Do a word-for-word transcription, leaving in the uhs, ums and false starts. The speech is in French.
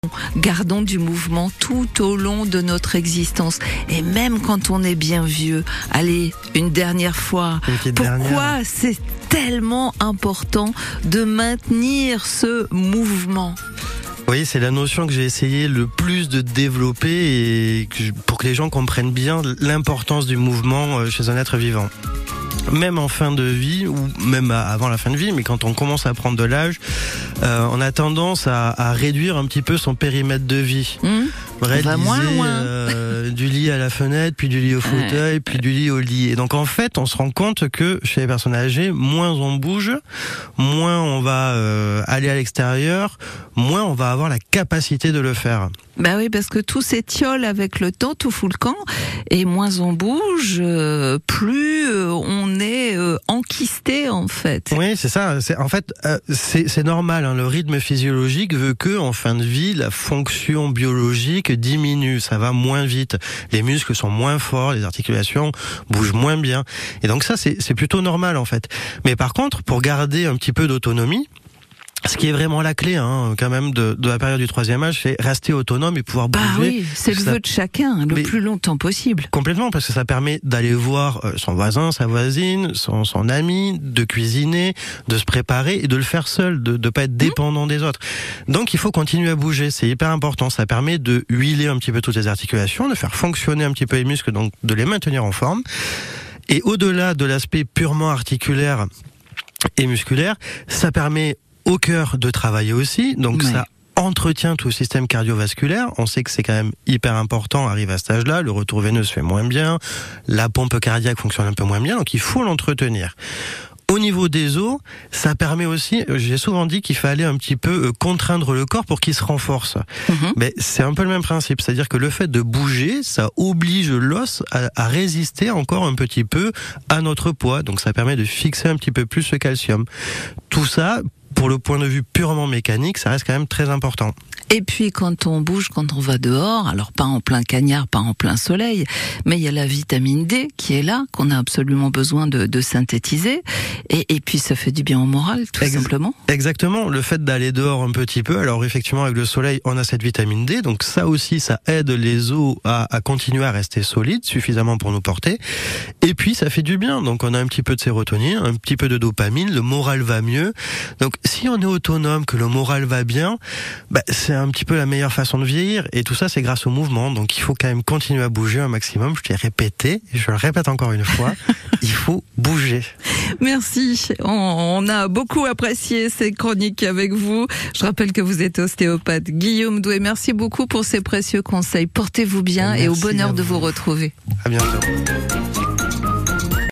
Gardons du mouvement tout au long de notre existence. Et même quand on est bien vieux, allez, une dernière fois, une pourquoi dernière. c'est tellement important de maintenir ce mouvement ? Oui, c'est la notion que j'ai essayé le plus de développer et que je, pour que les gens comprennent bien l'importance du mouvement chez un être vivant. Même en fin de vie, ou même avant la fin de vie, mais quand on commence à prendre de l'âge, euh, on a tendance à, à réduire un petit peu son périmètre de vie. Mmh. Brett on va disait, moins loin. Euh, du lit à la fenêtre, puis du lit au fauteuil, ouais. puis du lit au lit. Et donc en fait, on se rend compte que chez les personnes âgées, moins on bouge, moins on va euh, aller à l'extérieur, moins on va avoir la capacité de le faire. Bah oui, parce que tout s'étiole avec le temps, tout fout le camp, et moins on bouge, euh, plus euh, on est euh, enquisté en fait. Oui, c'est ça. C'est, en fait, euh, c'est, c'est normal. Hein, le rythme physiologique veut que, en fin de vie, la fonction biologique diminue. Ça va moins vite. Les muscles sont moins forts, les articulations bougent moins bien. Et donc ça, c'est, c'est plutôt normal en fait. Mais par contre, pour garder un petit peu d'autonomie, ce qui est vraiment la clé, hein, quand même, de, de la période du troisième âge, c'est rester autonome et pouvoir bouger. Bah oui, c'est le ça... vœu de chacun, le Mais plus longtemps possible. Complètement, parce que ça permet d'aller voir son voisin, sa voisine, son, son ami, de cuisiner, de se préparer et de le faire seul, de ne pas être dépendant mmh. des autres. Donc il faut continuer à bouger, c'est hyper important. Ça permet de huiler un petit peu toutes les articulations, de faire fonctionner un petit peu les muscles, donc de les maintenir en forme. Et au-delà de l'aspect purement articulaire et musculaire, ça permet au cœur de travailler aussi, donc ouais. ça entretient tout le système cardiovasculaire. On sait que c'est quand même hyper important, arrive à cet âge-là, le retour veineux se fait moins bien, la pompe cardiaque fonctionne un peu moins bien, donc il faut l'entretenir. Au niveau des os, ça permet aussi, j'ai souvent dit qu'il fallait un petit peu contraindre le corps pour qu'il se renforce. Mmh. Mais c'est un peu le même principe, c'est-à-dire que le fait de bouger, ça oblige l'os à, à résister encore un petit peu à notre poids, donc ça permet de fixer un petit peu plus le calcium. Tout ça, pour le point de vue purement mécanique, ça reste quand même très important. Et puis quand on bouge, quand on va dehors, alors pas en plein cagnard, pas en plein soleil, mais il y a la vitamine D qui est là, qu'on a absolument besoin de, de synthétiser, et, et puis ça fait du bien au moral, tout Ex- simplement. Exactement, le fait d'aller dehors un petit peu, alors effectivement avec le soleil, on a cette vitamine D, donc ça aussi, ça aide les os à, à continuer à rester solides, suffisamment pour nous porter, et puis ça fait du bien, donc on a un petit peu de sérotonine, un petit peu de dopamine, le moral va mieux, donc si on est autonome, que le moral va bien, bah, c'est un petit peu la meilleure façon de vieillir, et tout ça c'est grâce au mouvement, donc il faut quand même continuer à bouger un maximum. Je t'ai répété, et je le répète encore une fois, il faut bouger. Merci, on, on a beaucoup apprécié ces chroniques avec vous. Je rappelle que vous êtes ostéopathe Guillaume Doué, merci beaucoup pour ces précieux conseils, portez-vous bien. Merci et au bonheur de vous retrouver. À bientôt.